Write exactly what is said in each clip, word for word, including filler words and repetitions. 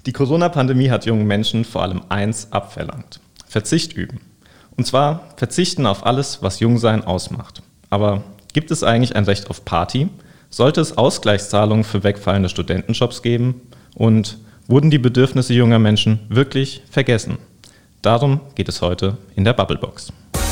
Die Corona-Pandemie hat jungen Menschen vor allem eins abverlangt: Verzicht üben. Und zwar verzichten auf alles, was Jungsein ausmacht. Aber gibt es eigentlich ein Recht auf Party? Sollte es Ausgleichszahlungen für wegfallende Studentenjobs geben? Und wurden die Bedürfnisse junger Menschen wirklich vergessen? Darum geht es heute in der Bubblebox.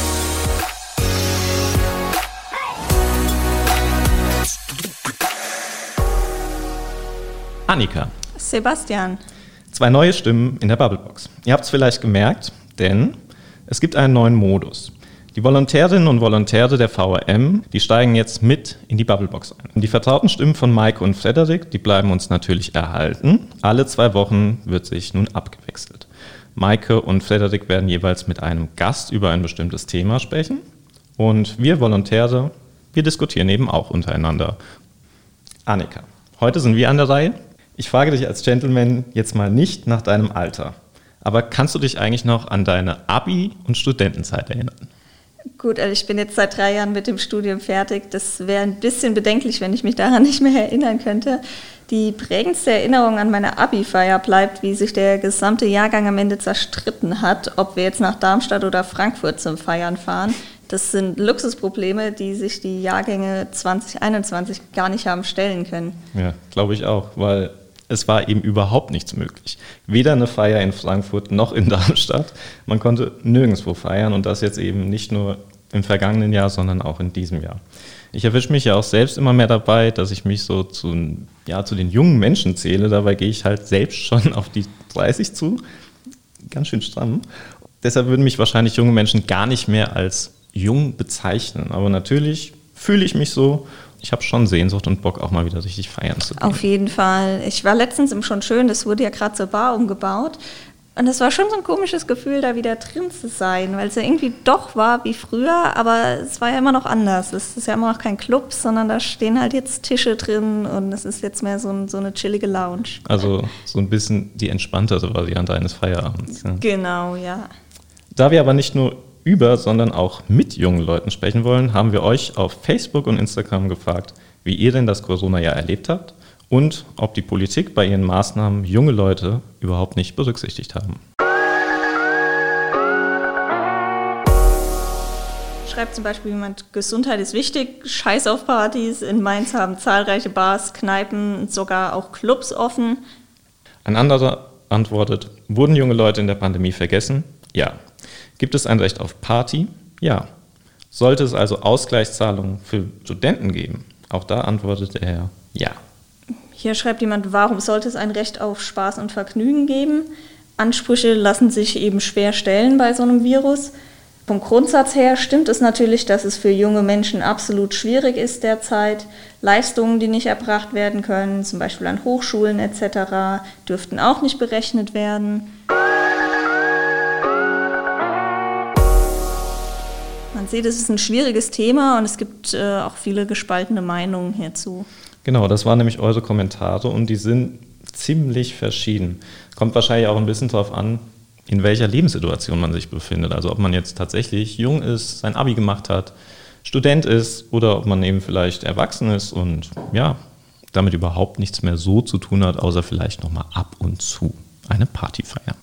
Annika. Sebastian. Zwei neue Stimmen in der Bubblebox. Ihr habt es vielleicht gemerkt, denn es gibt einen neuen Modus. Die Volontärinnen und Volontäre der V R M, die steigen jetzt mit in die Bubblebox ein. Die vertrauten Stimmen von Maike und Frederik, die bleiben uns natürlich erhalten. Alle zwei Wochen wird sich nun abgewechselt. Maike und Frederik werden jeweils mit einem Gast über ein bestimmtes Thema sprechen. Und wir Volontäre, wir diskutieren eben auch untereinander. Annika, heute sind wir an der Reihe. Ich frage dich als Gentleman jetzt mal nicht nach deinem Alter. Aber kannst du dich eigentlich noch an deine Abi- und Studentenzeit erinnern? Gut, also ich bin jetzt seit drei Jahren mit dem Studium fertig. Das wäre ein bisschen bedenklich, wenn ich mich daran nicht mehr erinnern könnte. Die prägendste Erinnerung an meine Abi-Feier bleibt, wie sich der gesamte Jahrgang am Ende zerstritten hat, ob wir jetzt nach Darmstadt oder Frankfurt zum Feiern fahren. Das sind Luxusprobleme, die sich die Jahrgänge zwanzig einundzwanzig gar nicht haben stellen können. Ja, glaube ich auch, weil es war eben überhaupt nichts möglich. Weder eine Feier in Frankfurt noch in Darmstadt. Man konnte nirgendwo feiern und das jetzt eben nicht nur im vergangenen Jahr, sondern auch in diesem Jahr. Ich erwische mich ja auch selbst immer mehr dabei, dass ich mich so zu, ja, zu den jungen Menschen zähle. Dabei gehe ich halt selbst schon auf die dreißig zu. Ganz schön stramm. Deshalb würden mich wahrscheinlich junge Menschen gar nicht mehr als jung bezeichnen. Aber natürlich fühle ich mich so. Ich habe schon Sehnsucht und Bock, auch mal wieder richtig feiern zu gehen. Auf jeden Fall. Ich war letztens im Schon Schön, das wurde ja gerade zur Bar umgebaut. Und es war schon so ein komisches Gefühl, da wieder drin zu sein, weil es ja irgendwie doch war wie früher, aber es war ja immer noch anders. Es ist ja immer noch kein Club, sondern da stehen halt jetzt Tische drin und es ist jetzt mehr so, ein, so eine chillige Lounge. Also so ein bisschen die entspanntere Variante eines Feierabends. Ja. Genau, ja. Da wir aber nicht nur über, sondern auch mit jungen Leuten sprechen wollen, haben wir euch auf Facebook und Instagram gefragt, wie ihr denn das Corona-Jahr erlebt habt und ob die Politik bei ihren Maßnahmen junge Leute überhaupt nicht berücksichtigt haben. Schreibt zum Beispiel jemand, Gesundheit ist wichtig, scheiß auf Partys. In Mainz haben zahlreiche Bars, Kneipen, sogar auch Clubs offen. Ein anderer antwortet, wurden junge Leute in der Pandemie vergessen? Ja. Gibt es ein Recht auf Party? Ja. Sollte es also Ausgleichszahlungen für Studenten geben? Auch da antwortet er ja. Hier schreibt jemand, warum sollte es ein Recht auf Spaß und Vergnügen geben? Ansprüche lassen sich eben schwer stellen bei so einem Virus. Vom Grundsatz her stimmt es natürlich, dass es für junge Menschen absolut schwierig ist derzeit. Leistungen, die nicht erbracht werden können, zum Beispiel an Hochschulen et cetera, dürften auch nicht berechnet werden. Man sieht, es ist ein schwieriges Thema und es gibt äh, auch viele gespaltene Meinungen hierzu. Genau, das waren nämlich eure Kommentare und die sind ziemlich verschieden. Kommt wahrscheinlich auch ein bisschen darauf an, in welcher Lebenssituation man sich befindet. Also ob man jetzt tatsächlich jung ist, sein Abi gemacht hat, Student ist oder ob man eben vielleicht erwachsen ist und ja, damit überhaupt nichts mehr so zu tun hat, außer vielleicht nochmal ab und zu eine Party feiern.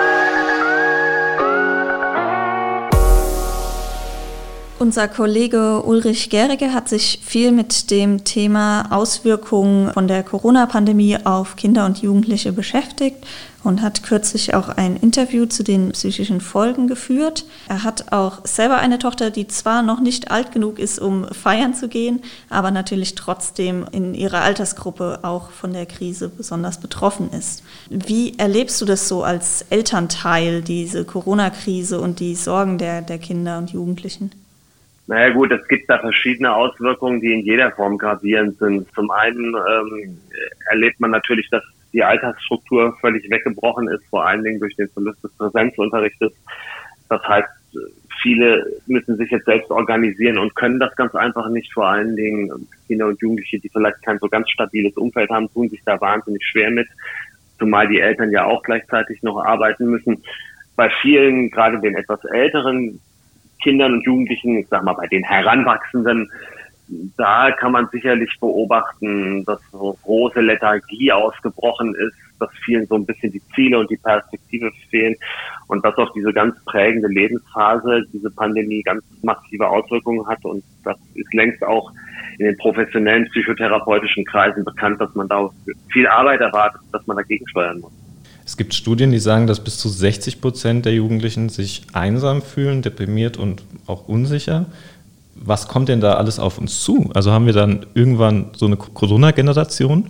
Unser Kollege Ulrich Gericke hat sich viel mit dem Thema Auswirkungen von der Corona-Pandemie auf Kinder und Jugendliche beschäftigt und hat kürzlich auch ein Interview zu den psychischen Folgen geführt. Er hat auch selber eine Tochter, die zwar noch nicht alt genug ist, um feiern zu gehen, aber natürlich trotzdem in ihrer Altersgruppe auch von der Krise besonders betroffen ist. Wie erlebst du das so als Elternteil, diese Corona-Krise und die Sorgen der, der Kinder und Jugendlichen? Naja gut, es gibt da verschiedene Auswirkungen, die in jeder Form gravierend sind. Zum einen ähm, erlebt man natürlich, dass die Alltagsstruktur völlig weggebrochen ist, vor allen Dingen durch den Verlust des Präsenzunterrichtes. Das heißt, viele müssen sich jetzt selbst organisieren und können das ganz einfach nicht. Vor allen Dingen Kinder und Jugendliche, die vielleicht kein so ganz stabiles Umfeld haben, tun sich da wahnsinnig schwer mit, zumal die Eltern ja auch gleichzeitig noch arbeiten müssen. Bei vielen, gerade den etwas älteren Kindern und Jugendlichen, ich sag mal bei den Heranwachsenden, da kann man sicherlich beobachten, dass so große Lethargie ausgebrochen ist, dass vielen so ein bisschen die Ziele und die Perspektive fehlen und dass auch diese ganz prägende Lebensphase, diese Pandemie ganz massive Auswirkungen hat. Und das ist längst auch in den professionellen psychotherapeutischen Kreisen bekannt, dass man da viel Arbeit erwartet, dass man dagegen steuern muss. Es gibt Studien, die sagen, dass bis zu sechzig Prozent der Jugendlichen sich einsam fühlen, deprimiert und auch unsicher. Was kommt denn da alles auf uns zu? Also haben wir dann irgendwann so eine Corona-Generation?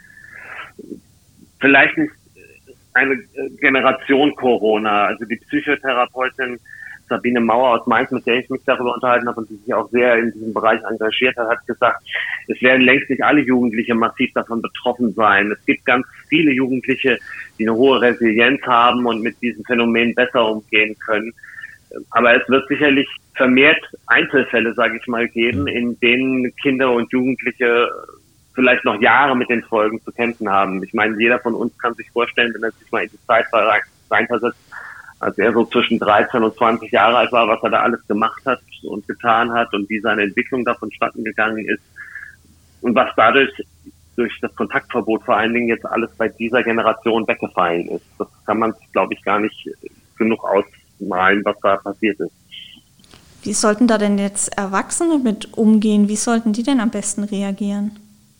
Vielleicht nicht eine Generation Corona. Also die Psychotherapeutin Sabine Mauer aus Mainz, mit der ich mich darüber unterhalten habe und die sich auch sehr in diesem Bereich engagiert hat, hat gesagt, es werden längst nicht alle Jugendliche massiv davon betroffen sein. Es gibt ganz viele Jugendliche, die eine hohe Resilienz haben und mit diesem Phänomen besser umgehen können. Aber es wird sicherlich vermehrt Einzelfälle, sage ich mal, geben, in denen Kinder und Jugendliche vielleicht noch Jahre mit den Folgen zu kämpfen haben. Ich meine, jeder von uns kann sich vorstellen, wenn er sich mal in die Zeit reinversetzt, als er so zwischen dreizehn und zwanzig Jahre alt war, was er da alles gemacht hat und getan hat und wie seine Entwicklung da vonstatten gegangen ist und was dadurch durch das Kontaktverbot vor allen Dingen jetzt alles bei dieser Generation weggefallen ist. Das kann man sich, glaube ich, gar nicht genug ausmalen, was da passiert ist. Wie sollten da denn jetzt Erwachsene mit umgehen? Wie sollten die denn am besten reagieren?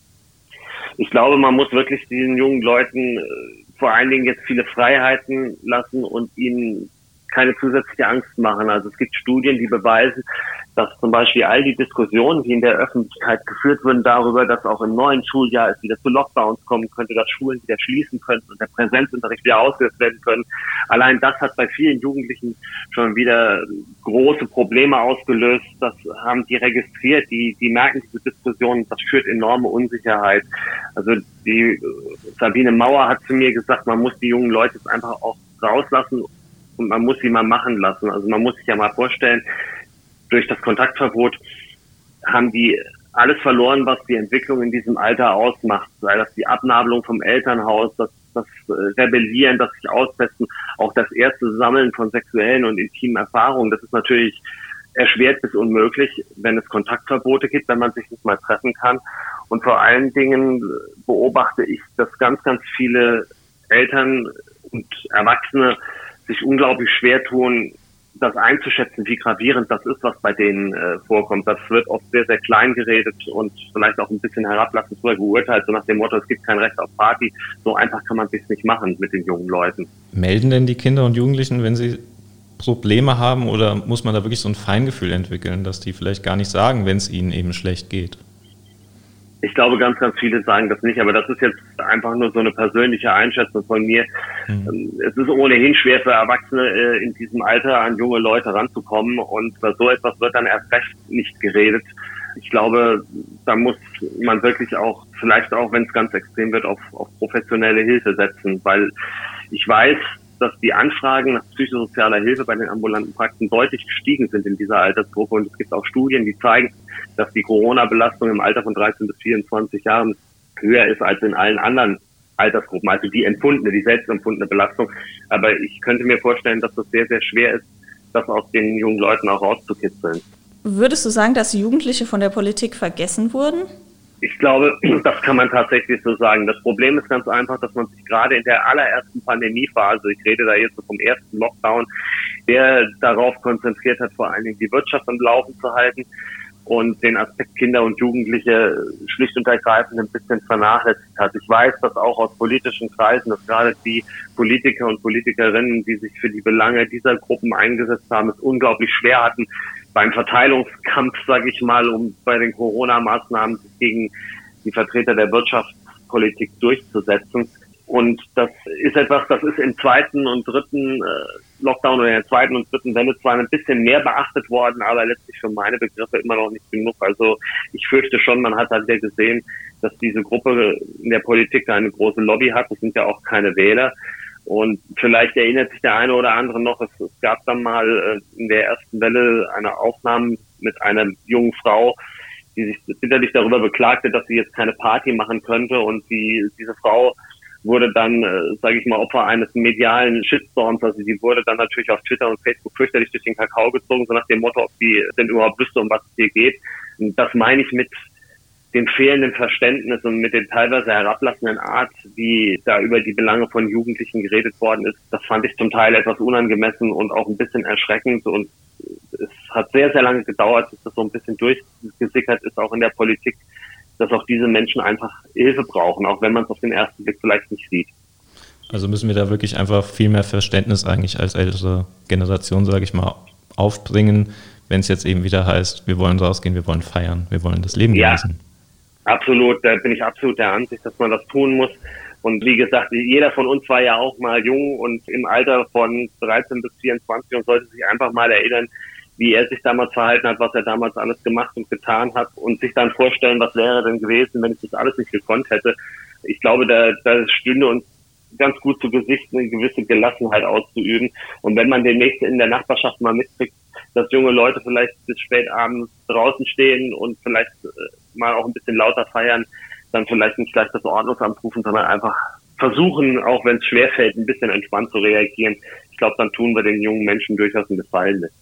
Ich glaube, man muss wirklich diesen jungen Leuten vor allen Dingen jetzt viele Freiheiten lassen und ihnen keine zusätzliche Angst machen. Also es gibt Studien, die beweisen, dass zum Beispiel all die Diskussionen, die in der Öffentlichkeit geführt wurden darüber, dass auch im neuen Schuljahr es wieder zu Lockdowns kommen könnte, dass Schulen wieder schließen könnten und der Präsenzunterricht wieder ausgesetzt werden können. Allein das hat bei vielen Jugendlichen schon wieder große Probleme ausgelöst. Das haben die registriert, die, die merken diese Diskussionen, das führt enorme Unsicherheit. Also die Sabine Mauer hat zu mir gesagt, man muss die jungen Leute jetzt einfach auch rauslassen und man muss sie mal machen lassen. Also man muss sich ja mal vorstellen, durch das Kontaktverbot haben die alles verloren, was die Entwicklung in diesem Alter ausmacht. Sei das die Abnabelung vom Elternhaus, das, das Rebellieren, das sich austesten, auch das erste Sammeln von sexuellen und intimen Erfahrungen. Das ist natürlich erschwert bis unmöglich, wenn es Kontaktverbote gibt, wenn man sich nicht mal treffen kann. Und vor allen Dingen beobachte ich, dass ganz, ganz viele Eltern und Erwachsene sich unglaublich schwer tun, das einzuschätzen, wie gravierend das ist, was bei denen äh, vorkommt. Das wird oft sehr, sehr klein geredet und vielleicht auch ein bisschen herablassend drüber geurteilt, so nach dem Motto, es gibt kein Recht auf Party. So einfach kann man es sich nicht machen mit den jungen Leuten. Melden denn die Kinder und Jugendlichen, wenn sie Probleme haben, oder muss man da wirklich so ein Feingefühl entwickeln, dass die vielleicht gar nicht sagen, wenn es ihnen eben schlecht geht? Ich glaube, ganz, ganz viele sagen das nicht, aber das ist jetzt einfach nur so eine persönliche Einschätzung von mir. Mhm. Es ist ohnehin schwer für Erwachsene äh, in diesem Alter an junge Leute ranzukommen und bei so etwas wird dann erst recht nicht geredet. Ich glaube, da muss man wirklich auch, vielleicht auch, wenn es ganz extrem wird, auf, auf professionelle Hilfe setzen, weil ich weiß, dass die Anfragen nach psychosozialer Hilfe bei den ambulanten Praxen deutlich gestiegen sind in dieser Altersgruppe. Und es gibt auch Studien, die zeigen, dass die Corona-Belastung im Alter von dreizehn bis vierundzwanzig Jahren höher ist als in allen anderen Altersgruppen. Also die empfundene, die selbst empfundene Belastung. Aber ich könnte mir vorstellen, dass das sehr, sehr schwer ist, das aus den jungen Leuten auch rauszukitzeln. Würdest du sagen, dass Jugendliche von der Politik vergessen wurden? Ich glaube, das kann man tatsächlich so sagen. Das Problem ist ganz einfach, dass man sich gerade in der allerersten Pandemiephase, ich rede da jetzt so vom ersten Lockdown, der darauf konzentriert hat, vor allen Dingen die Wirtschaft am Laufen zu halten und den Aspekt Kinder und Jugendliche schlicht und ergreifend ein bisschen vernachlässigt hat. Ich weiß, dass auch aus politischen Kreisen, dass gerade die Politiker und Politikerinnen, die sich für die Belange dieser Gruppen eingesetzt haben, es unglaublich schwer hatten, beim Verteilungskampf, sage ich mal, um bei den Corona-Maßnahmen sich gegen die Vertreter der Wirtschaftspolitik durchzusetzen. Und das ist etwas, das ist im zweiten und dritten äh, Lockdown oder in der zweiten und dritten Welle zwar ein bisschen mehr beachtet worden, aber letztlich für meine Begriffe immer noch nicht genug. Also ich fürchte schon, man hat halt wieder gesehen, dass diese Gruppe in der Politik eine große Lobby hat. Das sind ja auch keine Wähler. Und vielleicht erinnert sich der eine oder andere noch, es, es gab dann mal äh, in der ersten Welle eine Aufnahme mit einer jungen Frau, die sich bitterlich darüber beklagte, dass sie jetzt keine Party machen könnte. Und die, diese Frau wurde dann, äh, sage ich mal, Opfer eines medialen Shitstorms. Also sie wurde dann natürlich auf Twitter und Facebook fürchterlich durch den Kakao gezogen, so nach dem Motto, ob sie denn überhaupt wüsste, um was es hier geht. Und das meine ich mit, dem fehlenden Verständnis und mit der teilweise herablassenden Art, wie da über die Belange von Jugendlichen geredet worden ist, das fand ich zum Teil etwas unangemessen und auch ein bisschen erschreckend. Und es hat sehr, sehr lange gedauert, bis das so ein bisschen durchgesickert ist, auch in der Politik, dass auch diese Menschen einfach Hilfe brauchen, auch wenn man es auf den ersten Blick vielleicht nicht sieht. Also müssen wir da wirklich einfach viel mehr Verständnis eigentlich als ältere Generation, sage ich mal, aufbringen, wenn es jetzt eben wieder heißt, wir wollen rausgehen, wir wollen feiern, wir wollen das Leben genießen. Ja, absolut, da bin ich absolut der Ansicht, dass man das tun muss. Und wie gesagt, jeder von uns war ja auch mal jung und im Alter von dreizehn bis vierundzwanzig und sollte sich einfach mal erinnern, wie er sich damals verhalten hat, was er damals alles gemacht und getan hat und sich dann vorstellen, was wäre denn gewesen, wenn ich das alles nicht gekonnt hätte. Ich glaube, da, da stünde uns ganz gut zu Gesicht, eine gewisse Gelassenheit auszuüben. Und wenn man demnächst in der Nachbarschaft mal mitkriegt, dass junge Leute vielleicht bis spät abends draußen stehen und vielleicht äh, mal auch ein bisschen lauter feiern, dann vielleicht nicht gleich das Ordnungsamt rufen, sondern einfach versuchen, auch wenn es schwerfällt, ein bisschen entspannt zu reagieren. Ich glaube, dann tun wir den jungen Menschen durchaus einen Gefallen mit.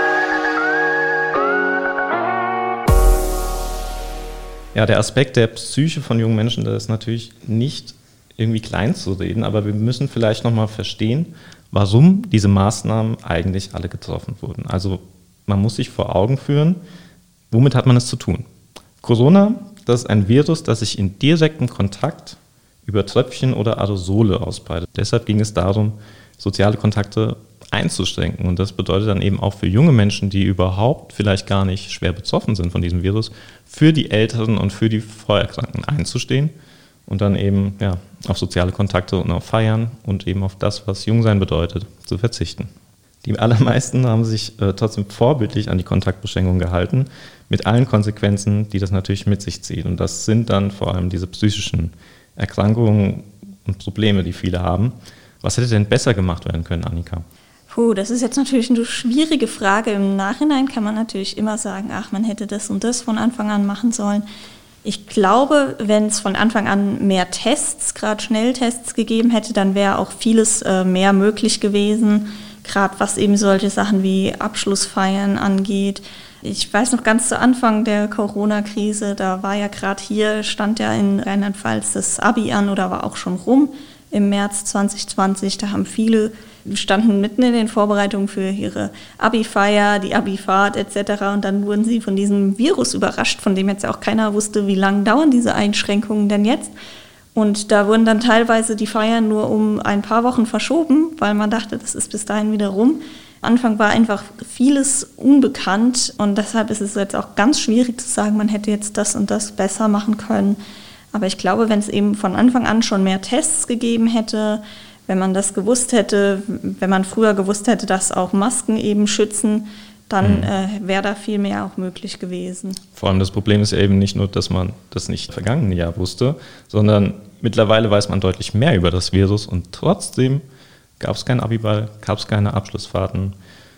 Ja, der Aspekt der Psyche von jungen Menschen, das ist natürlich nicht irgendwie klein zu reden, aber wir müssen vielleicht nochmal verstehen, warum diese Maßnahmen eigentlich alle getroffen wurden. Also man muss sich vor Augen führen, womit hat man es zu tun? Corona, das ist ein Virus, das sich in direktem Kontakt über Tröpfchen oder Aerosole ausbreitet. Deshalb ging es darum, soziale Kontakte einzuschränken. Und das bedeutet dann eben auch für junge Menschen, die überhaupt vielleicht gar nicht schwer betroffen sind von diesem Virus, für die Älteren und für die Vorerkrankten einzustehen und dann eben ja, auf soziale Kontakte und auf Feiern und eben auf das, was Jungsein bedeutet, zu verzichten. Die allermeisten haben sich äh, trotzdem vorbildlich an die Kontaktbeschränkungen gehalten, mit allen Konsequenzen, die das natürlich mit sich zieht. Und das sind dann vor allem diese psychischen Erkrankungen und Probleme, die viele haben. Was hätte denn besser gemacht werden können, Annika? Puh, das ist jetzt natürlich eine schwierige Frage. Im Nachhinein kann man natürlich immer sagen, ach, man hätte das und das von Anfang an machen sollen. Ich glaube, wenn es von Anfang an mehr Tests, gerade Schnelltests gegeben hätte, dann wäre auch vieles äh, mehr möglich gewesen, gerade was eben solche Sachen wie Abschlussfeiern angeht. Ich weiß noch ganz zu Anfang der Corona-Krise, da war ja gerade hier, stand ja in Rheinland-Pfalz das Abi an oder war auch schon rum im März zwanzig zwanzig. Da haben viele, standen mitten in den Vorbereitungen für ihre Abi-Feier, die Abi-Fahrt et cetera. Und dann wurden sie von diesem Virus überrascht, von dem jetzt auch keiner wusste, wie lange dauern diese Einschränkungen denn jetzt. Und da wurden dann teilweise die Feiern nur um ein paar Wochen verschoben, weil man dachte, das ist bis dahin wieder rum. Am Anfang war einfach vieles unbekannt und deshalb ist es jetzt auch ganz schwierig zu sagen, man hätte jetzt das und das besser machen können. Aber ich glaube, wenn es eben von Anfang an schon mehr Tests gegeben hätte, wenn man das gewusst hätte, wenn man früher gewusst hätte, dass auch Masken eben schützen, dann mhm. äh, wäre da viel mehr auch möglich gewesen. Vor allem das Problem ist ja eben nicht nur, dass man das nicht im vergangenen Jahr wusste, sondern mittlerweile weiß man deutlich mehr über das Virus und trotzdem gab es keinen Abiball, gab es keine Abschlussfahrten.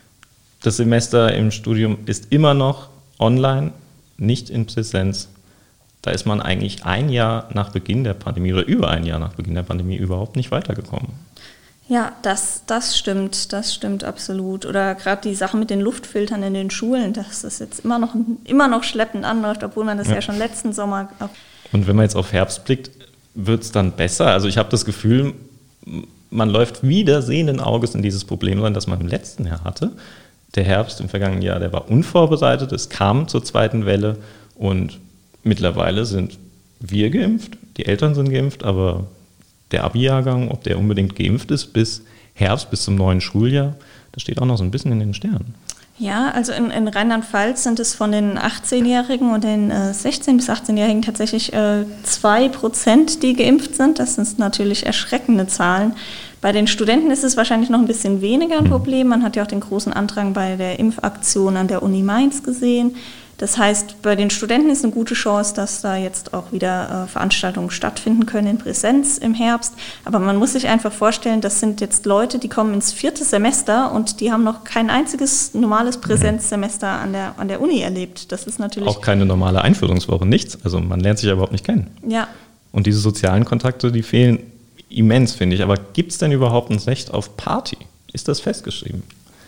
Das Semester im Studium ist immer noch online, nicht in Präsenz. Da ist man eigentlich ein Jahr nach Beginn der Pandemie oder über ein Jahr nach Beginn der Pandemie überhaupt nicht weitergekommen. Ja, das, das stimmt, das stimmt absolut. Oder gerade die Sache mit den Luftfiltern in den Schulen, dass das jetzt immer noch, immer noch schleppend anläuft, obwohl man das ja, ja schon letzten Sommer... Und wenn man jetzt auf Herbst blickt, wird es dann besser? Also ich habe das Gefühl, man läuft wieder sehenden Auges in dieses Problem rein, das man im letzten Jahr hatte. Der Herbst im vergangenen Jahr, der war unvorbereitet, es kam zur zweiten Welle und mittlerweile sind wir geimpft, die Eltern sind geimpft, aber der Abi-Jahrgang, ob der unbedingt geimpft ist bis Herbst, bis zum neuen Schuljahr, das steht auch noch so ein bisschen in den Sternen. Ja, also in, in Rheinland-Pfalz sind es von den achtzehnjährigen und den äh, sechzehn- bis achtzehnjährigen tatsächlich äh, zwei Prozent, die geimpft sind. Das sind natürlich erschreckende Zahlen. Bei den Studenten ist es wahrscheinlich noch ein bisschen weniger ein Problem. Man hat ja auch den großen Andrang bei der Impfaktion an der Uni Mainz gesehen. Das heißt, bei den Studenten ist eine gute Chance, dass da jetzt auch wieder äh, Veranstaltungen stattfinden können in Präsenz im Herbst. Aber man muss sich einfach vorstellen, das sind jetzt Leute, die kommen ins vierte Semester und die haben noch kein einziges normales Präsenzsemester an der, an der Uni erlebt. Das ist natürlich auch keine normale Einführungswoche, nichts. Also man lernt sich ja überhaupt nicht kennen. Ja. Und diese sozialen Kontakte, die fehlen immens, finde ich. Aber gibt es denn überhaupt ein Recht auf Party? Ist das festgeschrieben?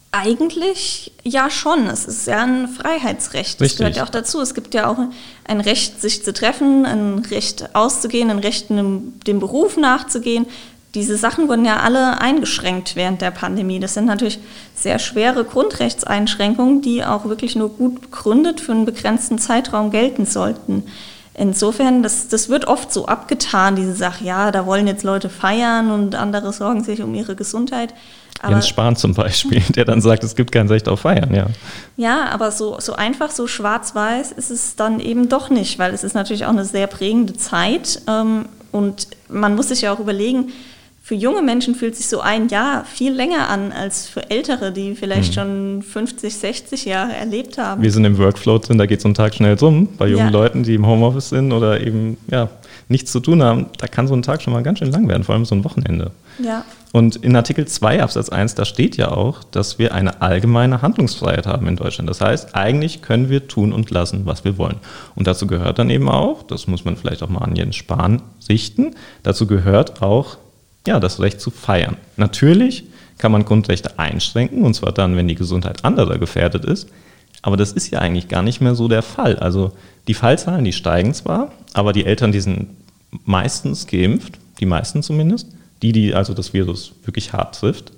Eigentlich ja schon. Es ist ja ein Freiheitsrecht. Das Richtig. gehört ja auch dazu. Es gibt ja auch ein Recht, sich zu treffen, ein Recht auszugehen, ein Recht, dem Beruf nachzugehen. Diese Sachen wurden ja alle eingeschränkt während der Pandemie. Das sind natürlich sehr schwere Grundrechtseinschränkungen, die auch wirklich nur gut begründet für einen begrenzten Zeitraum gelten sollten. Insofern, das, das wird oft so abgetan, diese Sache, ja, da wollen jetzt Leute feiern und andere sorgen sich um ihre Gesundheit. Aber Jens Spahn zum Beispiel, der dann sagt, es gibt kein Recht auf Feiern, ja. Ja, aber so, so einfach, so schwarz-weiß ist es dann eben doch nicht, weil es ist natürlich auch eine sehr prägende Zeit. Ähm, und man muss sich ja auch überlegen, für junge Menschen fühlt sich so ein Jahr viel länger an als für Ältere, die vielleicht hm. schon fünfzig, sechzig Jahre erlebt haben. Wir sind im Workflow drin, da geht so ein Tag schnell rum. Bei jungen ja. Leuten, die im Homeoffice sind oder eben ja, nichts zu tun haben, da kann so ein Tag schon mal ganz schön lang werden, vor allem so ein Wochenende. Ja. Und in Artikel zwei Absatz eins, da steht ja auch, dass wir eine allgemeine Handlungsfreiheit haben in Deutschland. Das heißt, eigentlich können wir tun und lassen, was wir wollen. Und dazu gehört dann eben auch, das muss man vielleicht auch mal an Jens Spahn richten, dazu gehört auch ja, das Recht zu feiern. Natürlich kann man Grundrechte einschränken, und zwar dann, wenn die Gesundheit anderer gefährdet ist. Aber das ist ja eigentlich gar nicht mehr so der Fall. Also die Fallzahlen, die steigen zwar, aber die Eltern, die sind meistens geimpft, die meisten zumindest, die, die also das Virus wirklich hart trifft.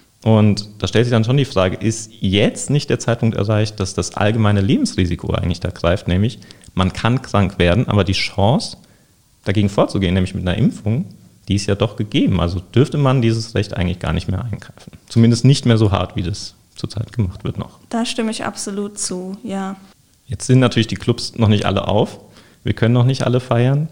Und da stellt sich dann schon die Frage, ist jetzt nicht der Zeitpunkt erreicht, dass das allgemeine Lebensrisiko eigentlich da greift, nämlich man kann krank werden, aber die Chance, dagegen vorzugehen, nämlich mit einer Impfung, die ist ja doch gegeben. Also dürfte man dieses Recht eigentlich gar nicht mehr eingreifen. Zumindest nicht mehr so hart, wie das zurzeit gemacht wird noch. Da stimme ich absolut zu, ja. Jetzt sind natürlich die Clubs noch nicht alle auf. Wir können noch nicht alle feiern,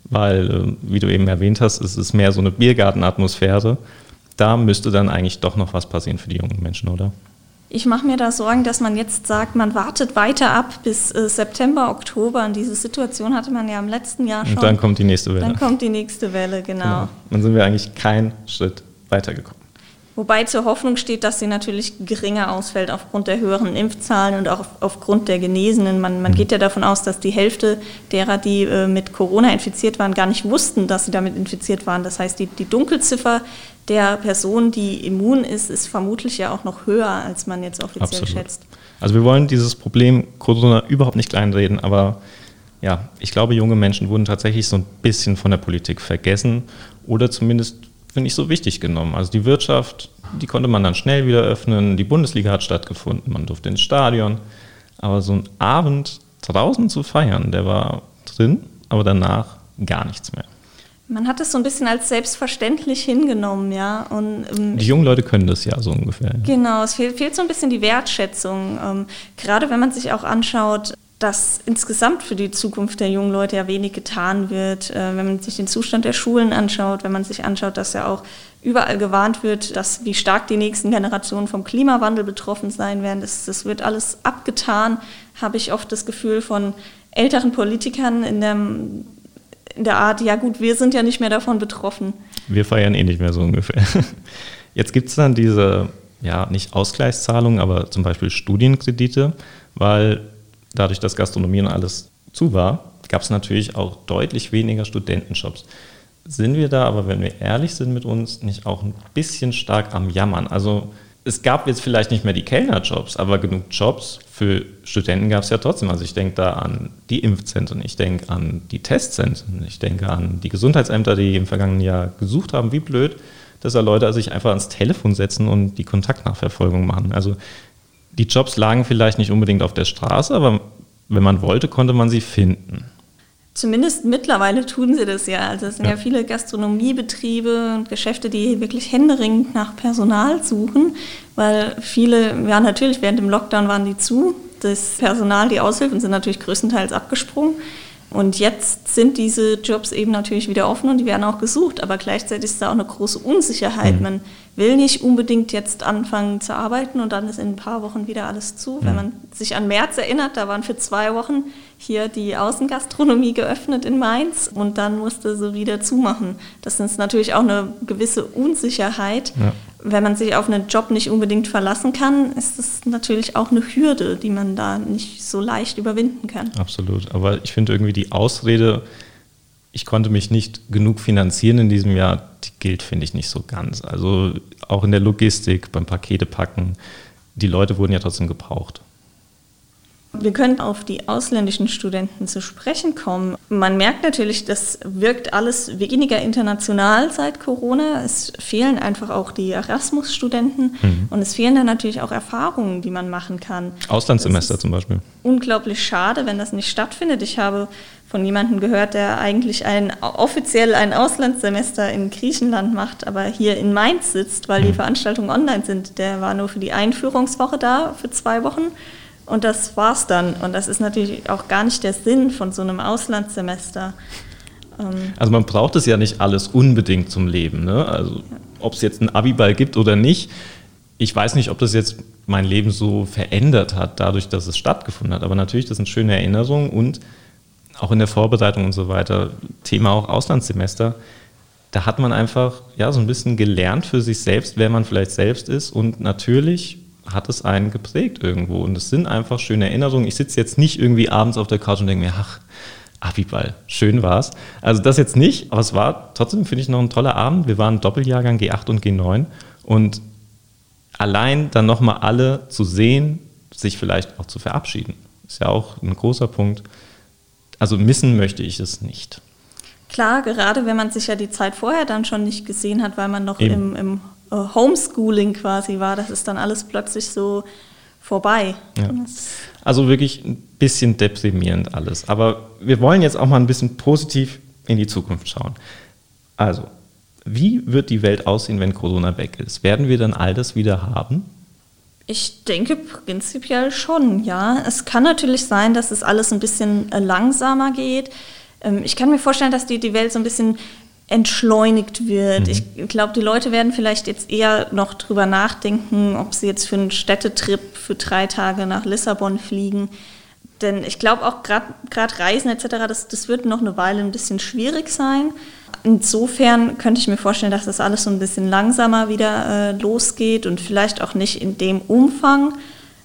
weil, wie du eben erwähnt hast, es ist mehr so eine Biergartenatmosphäre. Da müsste dann eigentlich doch noch was passieren für die jungen Menschen, oder? Ich mache mir da Sorgen, dass man jetzt sagt, man wartet weiter ab bis äh, September, Oktober. Und diese Situation hatte man ja im letzten Jahr schon. Und dann kommt die nächste Welle. Dann kommt die nächste Welle, genau. genau. Dann sind wir eigentlich keinen Schritt weitergekommen. Wobei zur Hoffnung steht, dass sie natürlich geringer ausfällt aufgrund der höheren Impfzahlen und auch auf, aufgrund der Genesenen. Man, man mhm. geht ja davon aus, dass die Hälfte derer, die äh, mit Corona infiziert waren, gar nicht wussten, dass sie damit infiziert waren. Das heißt, die, die Dunkelziffer der Person, die immun ist, ist vermutlich ja auch noch höher, als man jetzt offiziell Absolut. schätzt. Also wir wollen dieses Problem Corona überhaupt nicht kleinreden, aber ja, ich glaube, junge Menschen wurden tatsächlich so ein bisschen von der Politik vergessen oder zumindest nicht so wichtig genommen. Also die Wirtschaft, die konnte man dann schnell wieder öffnen, die Bundesliga hat stattgefunden, man durfte ins Stadion, aber so ein Abend draußen zu feiern, der war drin, aber danach gar nichts mehr. Man hat es so ein bisschen als selbstverständlich hingenommen, ja. Und, ähm, die jungen Leute können das ja so ungefähr. Ja. Genau, es fehlt, fehlt so ein bisschen die Wertschätzung. Ähm, gerade wenn man sich auch anschaut, dass insgesamt für die Zukunft der jungen Leute ja wenig getan wird. Äh, wenn man sich den Zustand der Schulen anschaut, wenn man sich anschaut, dass ja auch überall gewarnt wird, dass wie stark die nächsten Generationen vom Klimawandel betroffen sein werden. Das, das wird alles abgetan, habe ich oft das Gefühl von älteren Politikern in der in der Art, ja gut, wir sind ja nicht mehr davon betroffen. Wir feiern eh nicht mehr so ungefähr. Jetzt gibt es dann diese, ja, nicht Ausgleichszahlungen, aber zum Beispiel Studienkredite, weil dadurch, dass Gastronomie und alles zu war, gab es natürlich auch deutlich weniger Studentenjobs. Sind wir da, aber wenn wir ehrlich sind mit uns, nicht auch ein bisschen stark am Jammern? Also es gab jetzt vielleicht nicht mehr die Kellnerjobs, aber genug Jobs für Studenten gab es ja trotzdem. Also ich denke da an die Impfzentren, ich denke an die Testzentren, ich denke an die Gesundheitsämter, die im vergangenen Jahr gesucht haben, wie blöd, dass da Leute sich einfach ans Telefon setzen und die Kontaktnachverfolgung machen. Also die Jobs lagen vielleicht nicht unbedingt auf der Straße, aber wenn man wollte, konnte man sie finden. Zumindest mittlerweile tun sie das ja. Also es sind ja, ja viele Gastronomiebetriebe und Geschäfte, die wirklich händeringend nach Personal suchen, weil viele, ja natürlich während dem Lockdown waren die zu. Das Personal, die Aushilfen sind natürlich größtenteils abgesprungen. Und jetzt sind diese Jobs eben natürlich wieder offen und die werden auch gesucht. Aber gleichzeitig ist da auch eine große Unsicherheit. Mhm. Man will nicht unbedingt jetzt anfangen zu arbeiten und dann ist in ein paar Wochen wieder alles zu. Mhm. Wenn man sich an März erinnert, da waren für zwei Wochen hier die Außengastronomie geöffnet in Mainz und dann musste sie wieder zumachen. Das ist natürlich auch eine gewisse Unsicherheit. Ja. Wenn man sich auf einen Job nicht unbedingt verlassen kann, ist das natürlich auch eine Hürde, die man da nicht so leicht überwinden kann. Absolut, aber ich finde irgendwie die Ausrede, ich konnte mich nicht genug finanzieren in diesem Jahr, die gilt, finde ich, nicht so ganz. Also auch in der Logistik, beim Paketepacken, die Leute wurden ja trotzdem gebraucht. Wir können auf die ausländischen Studenten zu sprechen kommen. Man merkt natürlich, das wirkt alles weniger international seit Corona. Es fehlen einfach auch die Erasmus-Studenten mhm. und es fehlen dann natürlich auch Erfahrungen, die man machen kann. Auslandssemester zum Beispiel. Unglaublich schade, wenn das nicht stattfindet. Ich habe von jemandem gehört, der eigentlich ein, offiziell ein Auslandssemester in Griechenland macht, aber hier in Mainz sitzt, weil mhm. die Veranstaltungen online sind. Der war nur für die Einführungswoche da, für zwei Wochen. Und das war's dann. Und das ist natürlich auch gar nicht der Sinn von so einem Auslandssemester. Ähm also man braucht es ja nicht alles unbedingt zum Leben, ne? Also ob es jetzt einen Abiball gibt oder nicht. Ich weiß nicht, ob das jetzt mein Leben so verändert hat, dadurch, dass es stattgefunden hat. Aber natürlich, das sind schöne Erinnerungen und auch in der Vorbereitung und so weiter, Thema auch Auslandssemester, da hat man einfach ja so ein bisschen gelernt für sich selbst, wer man vielleicht selbst ist und natürlich hat es einen geprägt irgendwo. Und es sind einfach schöne Erinnerungen. Ich sitze jetzt nicht irgendwie abends auf der Couch und denke mir, ach, Abiball, schön war's. Also das jetzt nicht, aber es war trotzdem, finde ich, noch ein toller Abend. Wir waren Doppeljahrgang G acht und G neun und allein dann nochmal alle zu sehen, sich vielleicht auch zu verabschieden, ist ja auch ein großer Punkt. Also missen möchte ich es nicht. Klar, gerade wenn man sich ja die Zeit vorher dann schon nicht gesehen hat, weil man noch Eben. im, im Homeschooling quasi war, das ist dann alles plötzlich so vorbei. Ja. Also wirklich ein bisschen deprimierend alles. Aber wir wollen jetzt auch mal ein bisschen positiv in die Zukunft schauen. Also, wie wird die Welt aussehen, wenn Corona weg ist? Werden wir dann all das wieder haben? Ich denke prinzipiell schon, ja. Es kann natürlich sein, dass es alles ein bisschen langsamer geht. Ich kann mir vorstellen, dass die, die Welt so ein bisschen entschleunigt wird. Mhm. Ich glaube, die Leute werden vielleicht jetzt eher noch drüber nachdenken, ob sie jetzt für einen Städtetrip für drei Tage nach Lissabon fliegen. Denn ich glaube auch gerade Reisen et cetera, das, das wird noch eine Weile ein bisschen schwierig sein. Insofern könnte ich mir vorstellen, dass das alles so ein bisschen langsamer wieder äh, losgeht und vielleicht auch nicht in dem Umfang.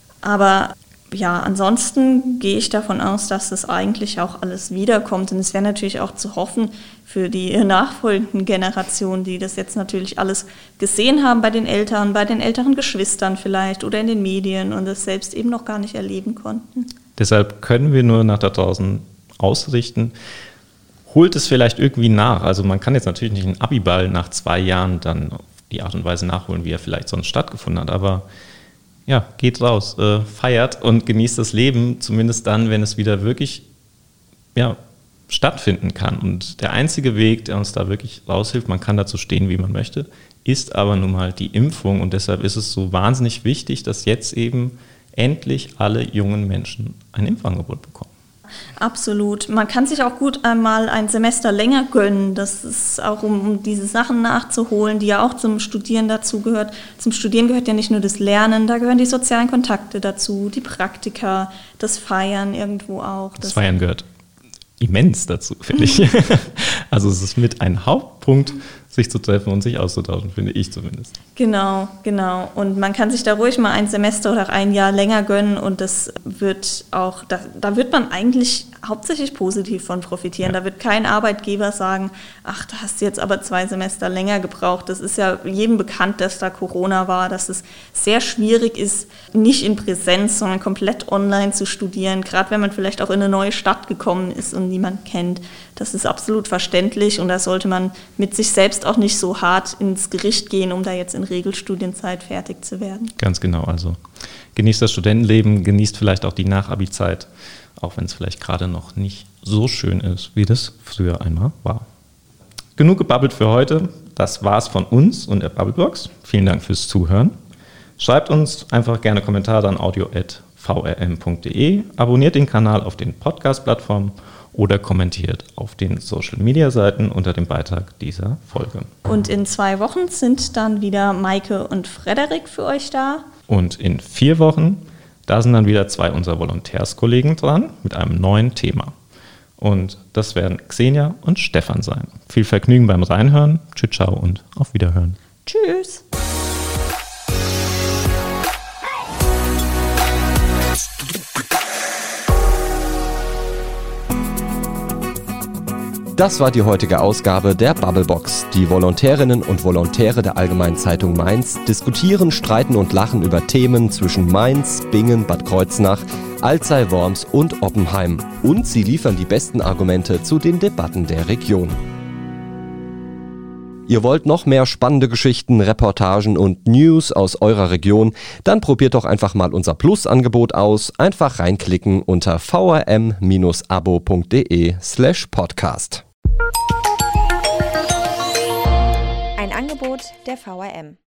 Aber ja, ansonsten gehe ich davon aus, dass das eigentlich auch alles wiederkommt. Und es wäre natürlich auch zu hoffen für die nachfolgenden Generationen, die das jetzt natürlich alles gesehen haben bei den Eltern, bei den älteren Geschwistern vielleicht oder in den Medien und das selbst eben noch gar nicht erleben konnten. Deshalb können wir nur nach da draußen ausrichten, holt es vielleicht irgendwie nach. Also man kann jetzt natürlich nicht einen Abiball nach zwei Jahren dann auf die Art und Weise nachholen, wie er vielleicht sonst stattgefunden hat, aber ja, geht raus, äh, feiert und genießt das Leben, zumindest dann, wenn es wieder wirklich ja, stattfinden kann. Und der einzige Weg, der uns da wirklich raushilft, man kann dazu stehen, wie man möchte, ist aber nun mal die Impfung. Und deshalb ist es so wahnsinnig wichtig, dass jetzt eben endlich alle jungen Menschen ein Impfangebot bekommen. Absolut. Man kann sich auch gut einmal ein Semester länger gönnen. Das ist auch, um, um diese Sachen nachzuholen, die ja auch zum Studieren dazu gehört. Zum Studieren gehört ja nicht nur das Lernen, da gehören die sozialen Kontakte dazu, die Praktika, das Feiern irgendwo auch. Das, das Feiern gehört immens dazu, finde ich. Also es ist mit ein Hauptpunkt, sich zu treffen und sich auszutauschen, finde ich zumindest. Genau, genau. Und man kann sich da ruhig mal ein Semester oder ein Jahr länger gönnen und das wird auch, da, da wird man eigentlich hauptsächlich positiv von profitieren. Ja. Da wird kein Arbeitgeber sagen, ach, da hast du jetzt aber zwei Semester länger gebraucht. Das ist ja jedem bekannt, dass da Corona war, dass es sehr schwierig ist, nicht in Präsenz, sondern komplett online zu studieren, gerade wenn man vielleicht auch in eine neue Stadt gekommen ist und niemand kennt. Das ist absolut verständlich und da sollte man mit sich selbst auch nicht so hart ins Gericht gehen, um da jetzt in Regelstudienzeit fertig zu werden. Ganz genau, also genießt das Studentenleben, genießt vielleicht auch die Nach-Abi-Zeit, auch wenn es vielleicht gerade noch nicht so schön ist, wie das früher einmal war. Genug gebabbelt für heute, das war's von uns und der Bubblebox. Vielen Dank fürs Zuhören. Schreibt uns einfach gerne Kommentare an audio at v r m punkt d e, abonniert den Kanal auf den Podcast-Plattformen oder kommentiert auf den Social-Media-Seiten unter dem Beitrag dieser Folge. Und in zwei Wochen sind dann wieder Maike und Frederik für euch da. Und in vier Wochen, da sind dann wieder zwei unserer Volontärskollegen dran mit einem neuen Thema. Und das werden Xenia und Stefan sein. Viel Vergnügen beim Reinhören. Tschüss, ciao und auf Wiederhören. Tschüss. Das war die heutige Ausgabe der Bubblebox. Die Volontärinnen und Volontäre der Allgemeinen Zeitung Mainz diskutieren, streiten und lachen über Themen zwischen Mainz, Bingen, Bad Kreuznach, Alzey, Worms und Oppenheim. Und sie liefern die besten Argumente zu den Debatten der Region. Ihr wollt noch mehr spannende Geschichten, Reportagen und News aus eurer Region? Dann probiert doch einfach mal unser Plus-Angebot aus. Einfach reinklicken unter vrm-abo.de slash podcast. Ein Angebot der V R M.